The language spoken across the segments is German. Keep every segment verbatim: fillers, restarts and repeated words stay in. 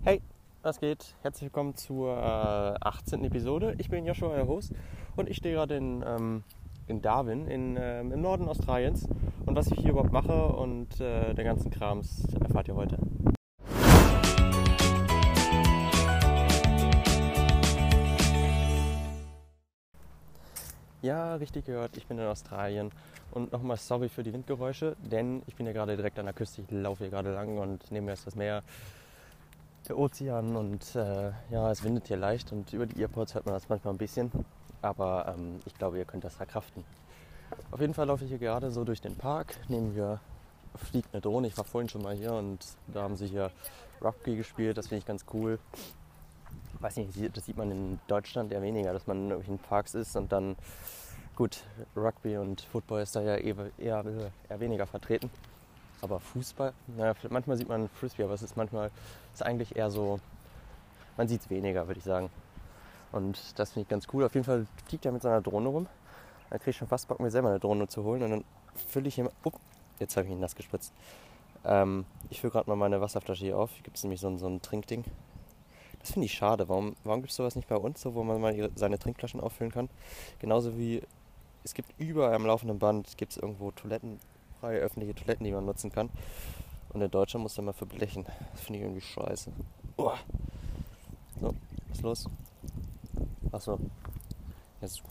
Hey, was geht? Herzlich willkommen zur äh, achtzehnten Episode. Ich bin Joshua, euer Host, und ich stehe gerade in, ähm, in Darwin, in, ähm, im Norden Australiens. Und was ich hier überhaupt mache und äh, den ganzen Krams erfahrt ihr heute. Ja, richtig gehört, ich bin in Australien. Und nochmal sorry für die Windgeräusche, denn ich bin ja gerade direkt an der Küste. Ich laufe hier gerade lang und neben mir ist das Meer, der Ozean, und äh, ja, es windet hier leicht und über die Earpods hört man das manchmal ein bisschen. Aber ähm, ich glaube, ihr könnt das verkraften. Auf jeden Fall laufe ich hier gerade so durch den Park. Neben mir fliegt eine Drohne. Ich war vorhin schon mal hier und da haben sie hier Rugby gespielt. Das finde ich ganz cool. Weiß nicht, das sieht man in Deutschland eher weniger, dass man in irgendwelchen Parks ist und dann, gut, Rugby und Football ist da ja eher, eher, eher weniger vertreten. Aber Fußball, naja, manchmal sieht man Frisbee, aber es ist manchmal, ist eigentlich eher so, man sieht es weniger, würde ich sagen. Und das finde ich ganz cool. Auf jeden Fall fliegt er mit seiner Drohne rum. Da kriege ich schon fast Bock, mir selber eine Drohne zu holen. Und dann fülle ich hier, oh, jetzt habe ich ihn nass gespritzt. Ähm, ich fülle gerade mal meine Wasserflasche hier auf. Hier gibt es nämlich so ein, so ein Trinkding. Das finde ich schade. Warum, warum gibt es sowas nicht bei uns, so, wo man mal ihre, seine Trinkflaschen auffüllen kann? Genauso wie es gibt überall am laufenden Band, gibt es irgendwo Toiletten, freie öffentliche Toiletten, die man nutzen kann. Und in Deutschland muss man mal verblechen. Das finde ich irgendwie scheiße. Oh. So, was ist los? Achso. Ja, super.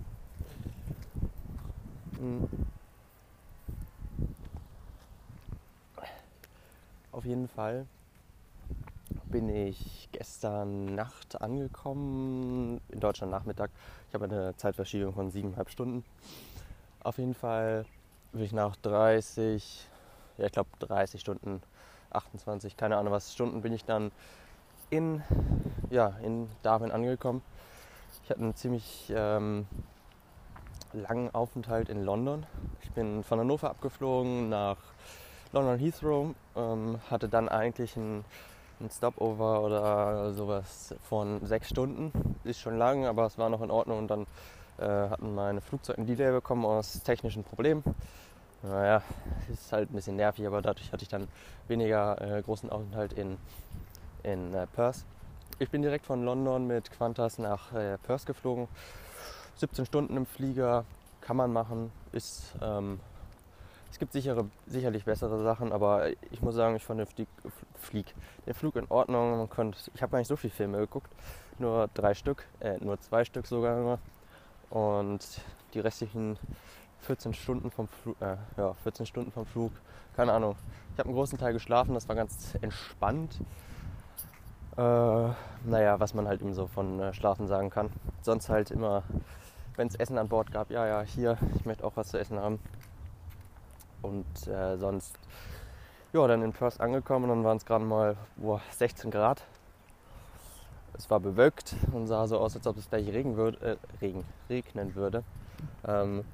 Hm. Auf jeden Fall bin ich gestern Nacht angekommen, in Deutschland Nachmittag. Ich habe eine Zeitverschiebung von siebeneinhalb Stunden. Auf jeden Fall bin ich nach dreißig, ja ich glaube dreißig Stunden, achtundzwanzig, keine Ahnung was Stunden, bin ich dann in, ja, in Darwin angekommen. Ich hatte einen ziemlich ähm, langen Aufenthalt in London. Ich bin von Hannover abgeflogen nach London Heathrow, ähm, hatte dann eigentlich einen, einen Stopover oder sowas von sechs Stunden. Ist schon lang, aber es war noch in Ordnung, und dann äh, hatten meine Flugzeuge einen Delay bekommen aus technischen Problemen. Naja, ist halt ein bisschen nervig, aber dadurch hatte ich dann weniger äh, großen Aufenthalt in, in äh, Perth. Ich bin direkt von London mit Qantas nach äh, Perth geflogen. siebzehn Stunden im Flieger, kann man machen. Ist, ähm, es gibt sichere, sicherlich bessere Sachen, aber ich muss sagen, ich fand den, Flieg, Flieg, den Flug in Ordnung. Man konnte, ich habe gar nicht so viele Filme geguckt, nur drei Stück, äh, nur zwei Stück sogar nur. Und die restlichen vierzehn Stunden vom Flug, äh, ja, vierzehn Stunden vom Flug, keine Ahnung. Ich habe einen großen Teil geschlafen, das war ganz entspannt. Äh, naja, was man halt eben so von äh, Schlafen sagen kann. Sonst halt immer, wenn es Essen an Bord gab, ja, ja, hier, ich möchte auch was zu essen haben. Und äh, sonst, ja, dann in Perth angekommen, und dann waren es gerade mal boah, sechzehn Grad. Es war bewölkt und sah so aus, als ob es gleich regen würde, äh, Regen, regnen würde. Ähm,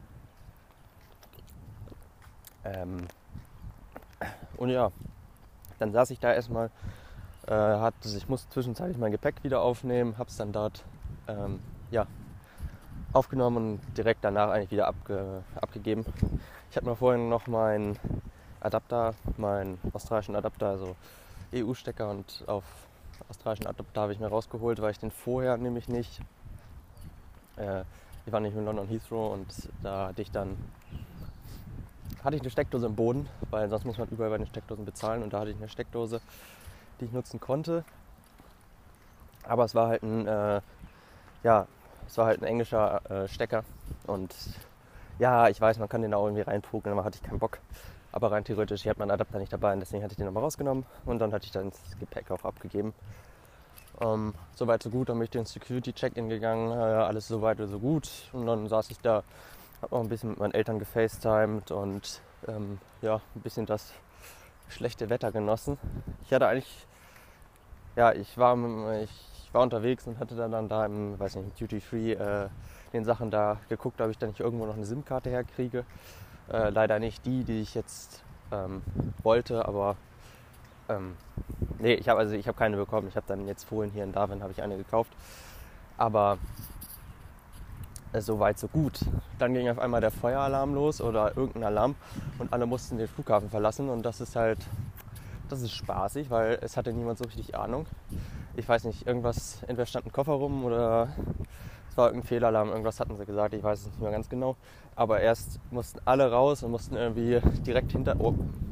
ähm, und ja, dann saß ich da erstmal, äh, hat, ich musste zwischenzeitlich mein Gepäck wieder aufnehmen, habe es dann dort ähm, ja, aufgenommen und direkt danach eigentlich wieder abge, abgegeben. Ich habe mir vorhin noch meinen Adapter, meinen australischen Adapter, also E U-Stecker und auf australischen Adapter habe ich mir rausgeholt, weil ich den vorher nämlich nicht, äh, ich war nicht in London Heathrow, und da hatte ich dann, hatte ich eine Steckdose im Boden, weil sonst muss man überall bei den Steckdosen bezahlen, und da hatte ich eine Steckdose, die ich nutzen konnte. Aber es war halt ein, äh, ja, es war halt ein englischer äh, Stecker, und ja, ich weiß, man kann den da irgendwie reinpokeln, aber hatte ich keinen Bock. Aber rein theoretisch, ich hatte meinen Adapter nicht dabei, und deswegen hatte ich den nochmal rausgenommen, und dann hatte ich dann das Gepäck auch abgegeben. Ähm, soweit so gut, dann bin ich den Security-Check-In gegangen, äh, alles soweit so gut, und dann saß ich da, habe auch ein bisschen mit meinen Eltern gefacetimed und ähm, ja, ein bisschen das schlechte Wetter genossen. Ich hatte eigentlich, ja, ich war, ich war unterwegs und hatte dann, dann da im, weiß nicht, Duty Free äh, den Sachen da geguckt, ob ich dann nicht irgendwo noch eine SIM-Karte herkriege. Äh, leider nicht die, die ich jetzt ähm, wollte, aber ähm, nee, ich habe also ich habe keine bekommen. Ich habe dann jetzt vorhin hier in Darwin habe ich eine gekauft, aber äh, so weit so gut. Dann ging auf einmal der Feueralarm los oder irgendein Alarm, und alle mussten den Flughafen verlassen, und das ist halt Das ist spaßig, weil es hatte niemand so richtig Ahnung. Ich weiß nicht, irgendwas, entweder stand ein Koffer rum oder es war irgendein Fehlalarm, irgendwas hatten sie gesagt, ich weiß es nicht mehr ganz genau. Aber erst mussten alle raus und mussten irgendwie direkt hinter... Oh,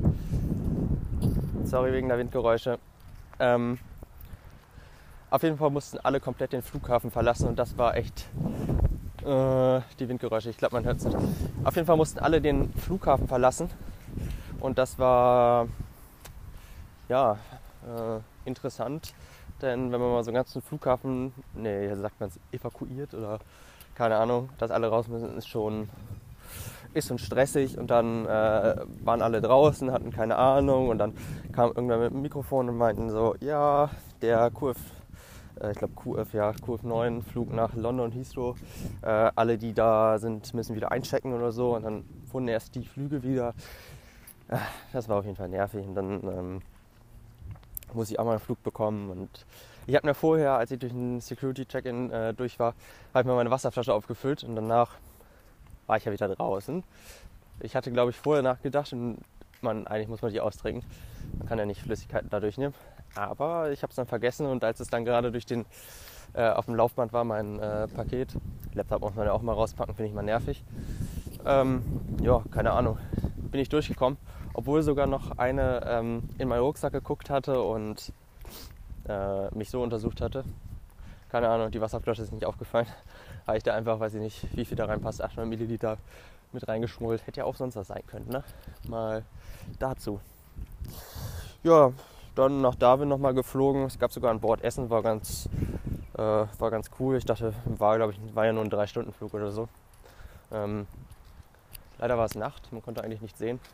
sorry wegen der Windgeräusche. Ähm, auf jeden Fall mussten alle komplett den Flughafen verlassen und das war echt... Äh, die Windgeräusche, ich glaube man hört es nicht. Auf jeden Fall mussten alle den Flughafen verlassen und das war... ja, äh, interessant, denn wenn man mal so einen ganzen Flughafen, nee, hier sagt man es evakuiert oder keine Ahnung, dass alle raus müssen, ist schon, ist schon stressig und dann äh, waren alle draußen, hatten keine Ahnung und dann kam irgendwer mit dem Mikrofon und meinten so, ja, der Q F, äh, ich glaube Q F, ja, Q F neun Flug nach London Heathrow, äh, alle die da sind, müssen wieder einchecken oder so und dann wurden erst die Flüge wieder, äh, das war auf jeden Fall nervig und dann ähm, muss ich auch mal einen Flug bekommen und ich habe mir vorher, als ich durch den Security-Check-In äh, durch war, habe ich mir meine Wasserflasche aufgefüllt und danach war ich ja wieder draußen. Ich hatte, glaube ich, vorher nachgedacht und man, eigentlich muss man die austrinken. Man kann ja nicht Flüssigkeiten da durchnehmen. Aber ich habe es dann vergessen und als es dann gerade durch den, äh, auf dem Laufband war, mein äh, Paket, Laptop muss man ja auch mal rauspacken, finde ich mal nervig. Ähm, ja, keine Ahnung, bin ich durchgekommen. Obwohl sogar noch eine ähm, in meinen Rucksack geguckt hatte und äh, mich so untersucht hatte. Keine Ahnung, die Wasserflasche ist nicht aufgefallen. Habe ich da einfach, weiß ich nicht, wie viel da reinpasst, achthundert Milliliter mit reingeschmuggelt. Hätte ja auch sonst was sein können, ne? Mal dazu. Ja, dann nach Darwin nochmal geflogen. Es gab sogar an Bord Essen, war ganz, äh, war ganz cool. Ich dachte, war, glaube ich, war ja nur ein drei Stunden Flug oder so. Ähm, leider war es Nacht, man konnte eigentlich nichts sehen.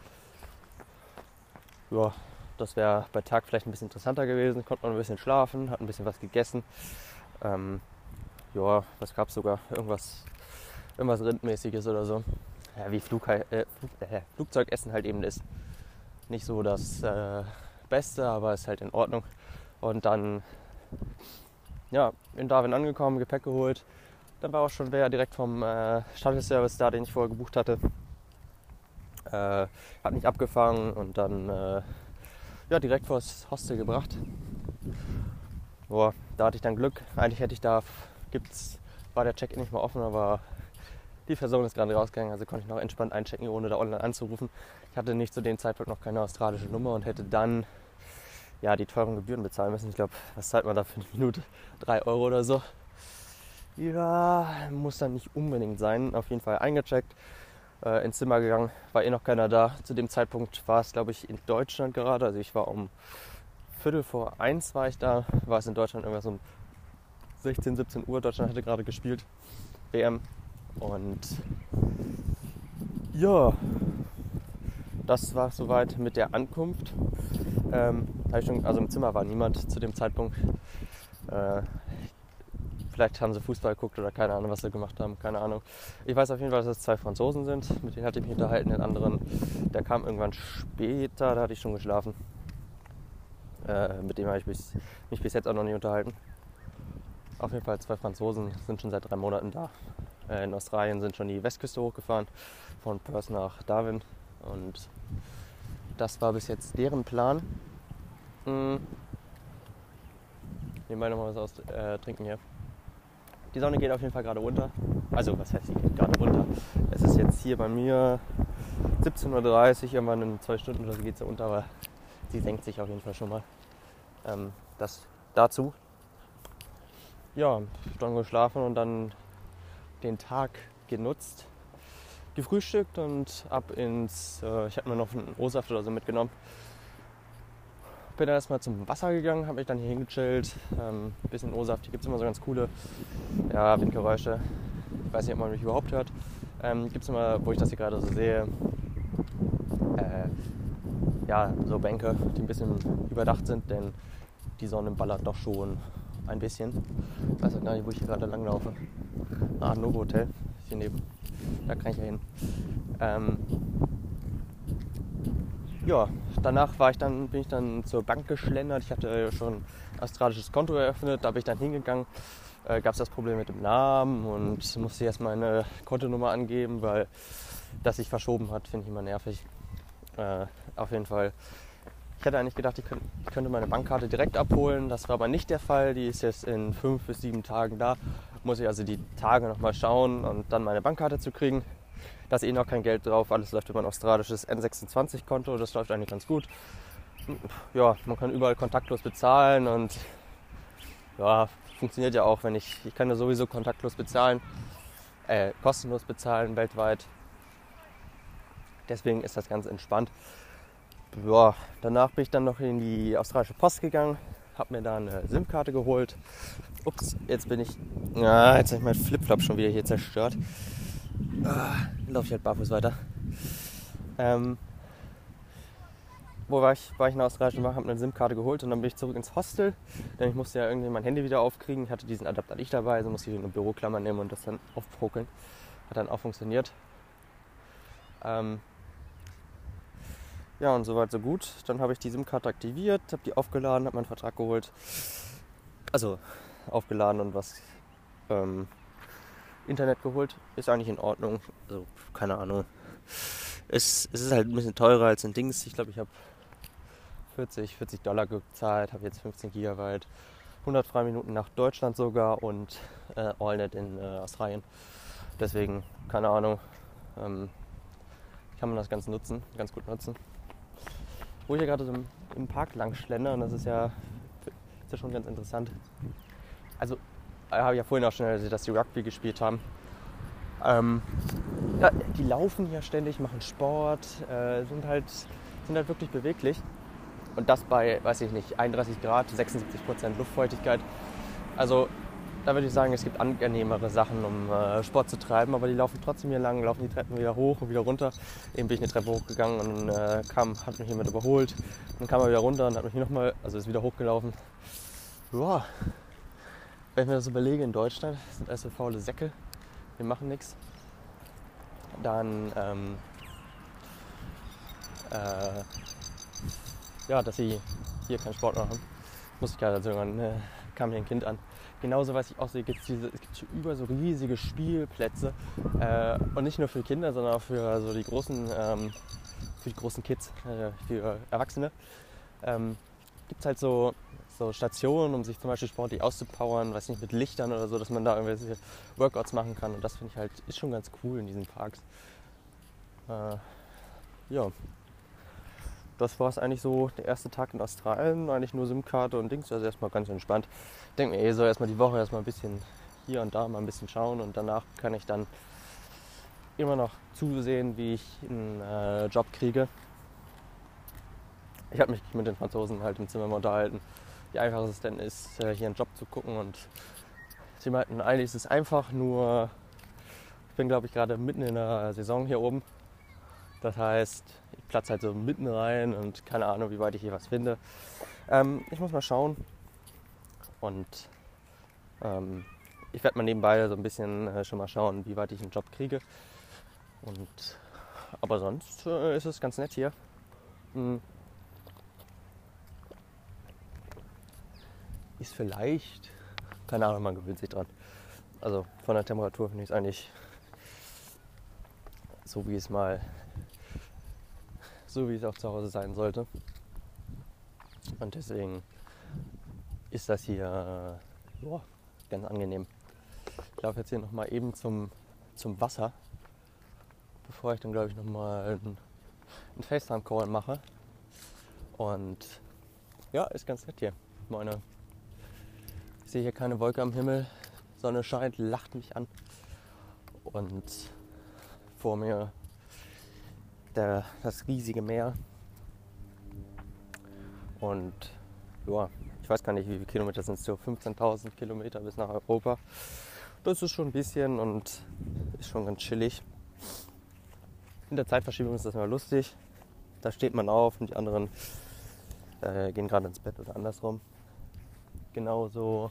Ja, das wäre bei Tag vielleicht ein bisschen interessanter gewesen. Konnte man ein bisschen schlafen, hat ein bisschen was gegessen. Ähm, ja, was gab es sogar? Irgendwas, irgendwas Rindmäßiges oder so. Ja, wie Flug, äh, Flug, äh, Flugzeugessen halt eben ist. Nicht so das äh, Beste, aber ist halt in Ordnung. Und dann, ja, in Darwin angekommen, Gepäck geholt. Dann war auch schon wer direkt vom äh, Shuttle-Service da, den ich vorher gebucht hatte. Äh, hat mich abgefangen und dann äh, ja, direkt vors Hostel gebracht. Boah, da hatte ich dann Glück. Eigentlich hätte ich da, gibt's, war der Check-in nicht mehr offen, aber die Person ist gerade rausgegangen, also konnte ich noch entspannt einchecken, ohne da online anzurufen. Ich hatte nicht zu dem Zeitpunkt noch keine australische Nummer und hätte dann ja, die teuren Gebühren bezahlen müssen. Ich glaube, was zahlt man da für eine Minute? drei Euro oder so. Ja, muss dann nicht unbedingt sein. Auf jeden Fall eingecheckt. Äh, ins Zimmer gegangen, war eh noch keiner da. Zu dem Zeitpunkt war es, glaube ich, in Deutschland gerade. Also ich war um Viertel vor eins war ich da. War es in Deutschland irgendwas um sechzehn, siebzehn Uhr. Deutschland hatte gerade gespielt. W M. Und ja, das war soweit mit der Ankunft. Ähm, hab ich schon, also im Zimmer war niemand zu dem Zeitpunkt. Äh, Vielleicht haben sie Fußball geguckt oder keine Ahnung, was sie gemacht haben, keine Ahnung. Ich weiß auf jeden Fall, dass es zwei Franzosen sind, mit denen hatte ich mich unterhalten. Den anderen, der kam irgendwann später, da hatte ich schon geschlafen. Äh, mit dem habe ich mich, mich bis jetzt auch noch nicht unterhalten. Auf jeden Fall zwei Franzosen sind schon seit drei Monaten da. Äh, in Australien sind schon die Westküste hochgefahren, von Perth nach Darwin. Und das war bis jetzt deren Plan. Hm. Nebenbei nochmal was aus äh, trinken hier. Die Sonne geht auf jeden Fall gerade runter. Also, was heißt, sie geht gerade runter? Es ist jetzt hier bei mir siebzehn Uhr dreißig, irgendwann in zwei Stunden oder so geht sie unter, aber sie senkt sich auf jeden Fall schon mal. Ähm, das dazu. Ja, dann geschlafen und dann den Tag genutzt, gefrühstückt und ab ins, äh, ich habe mir noch einen O-Saft oder so mitgenommen. Bin dann erstmal zum Wasser gegangen, habe mich dann hier hingechillt, ähm, bisschen O-Saft, hier gibt es immer so ganz coole ja, Windgeräusche, ich weiß nicht, ob man mich überhaupt hört, ähm, gibt es immer, wo ich das hier gerade so sehe, äh, ja, so Bänke, die ein bisschen überdacht sind, denn die Sonne ballert doch schon ein bisschen. Ich weiß auch gar nicht, wo ich hier gerade langlaufe. Ah, Novo Hotel, ist hier neben, da kann ich ja hin. Ähm, Ja, danach war ich dann, bin ich dann zur Bank geschlendert. Ich hatte schon ein australisches Konto eröffnet, da bin ich dann hingegangen. Äh, Gab es das Problem mit dem Namen und musste erst meine Kontonummer angeben, weil das sich verschoben hat, finde ich immer nervig. Äh, auf jeden Fall, Ich hätte eigentlich gedacht, ich könnte, ich könnte meine Bankkarte direkt abholen. Das war aber nicht der Fall. Die ist jetzt in fünf bis sieben Tagen da. Muss ich also die Tage nochmal schauen und dann meine Bankkarte zu kriegen. Da ist eh noch kein Geld drauf. Alles läuft über ein australisches N sechsundzwanzig Konto. Das läuft eigentlich ganz gut. Ja, man kann überall kontaktlos bezahlen und ja, funktioniert ja auch, wenn ich, ich kann ja sowieso kontaktlos bezahlen, äh, kostenlos bezahlen weltweit. Deswegen ist das ganz entspannt. Ja, danach bin ich dann noch in die australische Post gegangen, habe mir da eine SIM-Karte geholt. Ups, jetzt bin ich, ja, jetzt habe ich meinen Flipflop schon wieder hier zerstört. Ah, laufe ich halt barfuß weiter. Ähm, wo war ich? War ich in der australischen Bank, habe eine SIM-Karte geholt und dann bin ich zurück ins Hostel. Denn ich musste ja irgendwie mein Handy wieder aufkriegen. Ich hatte diesen Adapter nicht dabei, also musste ich eine Büroklammer nehmen und das dann aufprokeln. Hat dann auch funktioniert. Ähm, Ja, und soweit so gut. Dann habe ich die SIM-Karte aktiviert, habe die aufgeladen, habe meinen Vertrag geholt. Also aufgeladen und was ähm, Internet geholt. Ist eigentlich in Ordnung. Also keine Ahnung. Es, es ist halt ein bisschen teurer als ein Dings. Ich glaube, ich habe vierzig Dollar gezahlt, habe jetzt fünfzehn Gigabyte, hundert Freiminuten nach Deutschland sogar und äh, AllNet in äh, Australien. Deswegen, keine Ahnung, ähm, kann man das ganz nutzen, ganz gut nutzen. Wo ich ja gerade so im, im Park lang schlender und das ist ja, ist ja schon ganz interessant. Also, äh, habe ich ja vorhin auch schon erzählt, dass die Rugby gespielt haben. Ähm, ja, die laufen ja ständig, machen Sport, äh, sind halt, sind halt wirklich beweglich. Und das bei, weiß ich nicht, einunddreißig Grad, sechsundsiebzig Prozent Luftfeuchtigkeit. Also da würde ich sagen, es gibt angenehmere Sachen, um äh, Sport zu treiben, aber die laufen trotzdem hier lang, laufen die Treppen wieder hoch und wieder runter. Eben bin ich eine Treppe hochgegangen und äh, kam, hat mich jemand überholt. Dann kam er wieder runter und hat mich nochmal, also ist wieder hochgelaufen. Boah. Wenn ich mir das überlege, in Deutschland sind alles so faule Säcke, wir machen nichts. Dann, ähm, äh, ja, dass sie hier keinen Sport machen. Muss ich gerade also irgendwann, äh, kam hier ein Kind an. Genauso, was ich auch sehe, gibt's diese, es gibt hier über so riesige Spielplätze. Äh, und nicht nur für Kinder, sondern auch für so die großen, ähm, für die großen Kids, äh, für Erwachsene. Ähm, gibt es halt so, so Stationen, um sich zum Beispiel sportlich auszupowern, weiß nicht, mit Lichtern oder so, dass man da irgendwelche Workouts machen kann. Und das finde ich halt, ist schon ganz cool in diesen Parks. Äh, ja. Das war es eigentlich so, der erste Tag in Australien, eigentlich nur SIM-Karte und Dings, also erstmal ganz entspannt. Ich denke mir eh so, erstmal die Woche erstmal ein bisschen hier und da mal ein bisschen schauen und danach kann ich dann immer noch zusehen, wie ich einen äh, Job kriege. Ich habe mich mit den Franzosen halt im Zimmer mal unterhalten, wie einfach es denn ist, äh, hier einen Job zu gucken und sie meinten, eigentlich ist es einfach, nur ich bin glaube ich gerade mitten in der Saison hier oben. Das heißt, ich platze halt so mitten rein und keine Ahnung, wie weit ich hier was finde. Ähm, ich muss mal schauen. Und ähm, ich werde mal nebenbei so ein bisschen äh, schon mal schauen, wie weit ich einen Job kriege. Und, aber sonst äh, ist es ganz nett hier. Hm. Ist vielleicht, keine Ahnung, man gewöhnt sich dran. Also von der Temperatur finde ich es eigentlich so, wie es mal so wie es auch zu Hause sein sollte. Und deswegen ist das hier äh, boah, ganz angenehm. Ich laufe jetzt hier nochmal eben zum, zum Wasser, bevor ich dann glaube ich nochmal einen, einen FaceTime-Call mache. Und ja, ist ganz nett hier. Meine, ich sehe hier keine Wolke am Himmel, Sonne scheint, lacht mich an. Und vor mir Der, das riesige Meer und ja, ich weiß gar nicht, wie viele Kilometer sind es, so fünfzehntausend Kilometer bis nach Europa. Das ist schon ein bisschen und ist schon ganz chillig. In der Zeitverschiebung ist das immer lustig. Da steht man auf und die anderen äh, gehen gerade ins Bett oder andersrum. Genauso.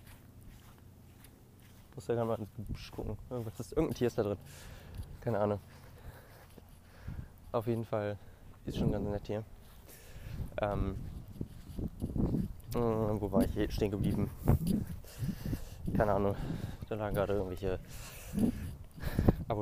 Ich muss ja gerade mal ins Gebüsch gucken. Irgendwas ist, irgendein Tier ist da drin. Keine Ahnung. Auf jeden Fall ist schon ganz nett hier. Ähm, äh, wo war ich hier stehen geblieben? Keine Ahnung. Da lagen gerade irgendwelche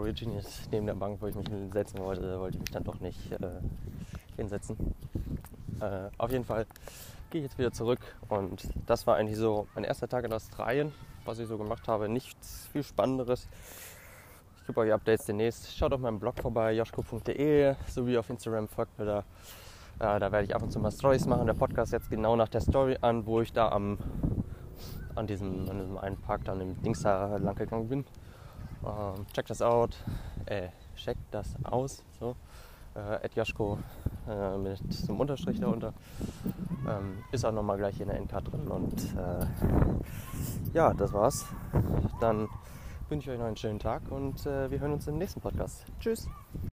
Aborigines neben der Bank, wo ich mich hinsetzen wollte. Da wollte ich mich dann doch nicht äh, hinsetzen. Äh, auf jeden Fall gehe ich jetzt wieder zurück und das war eigentlich so mein erster Tag in Australien, was ich so gemacht habe. Nichts viel Spannenderes. Ich gebe euch Updates demnächst. Schaut auf meinem Blog vorbei, joschko punkt de, sowie auf Instagram, folgt mir da. Äh, da werde ich ab und zu mal Storys machen. Der Podcast jetzt genau nach der Story an, wo ich da am, an, diesem, an diesem einen Park dann im Dings da lang gegangen bin. Ähm, check das out. Äh, check das aus. So. Äh, Joschko äh, mit so einem Unterstrich darunter. Ähm, ist auch nochmal gleich hier in der N K drin. Und äh, ja, das war's. Dann wünsche ich euch noch einen schönen Tag und äh, wir hören uns im nächsten Podcast. Tschüss!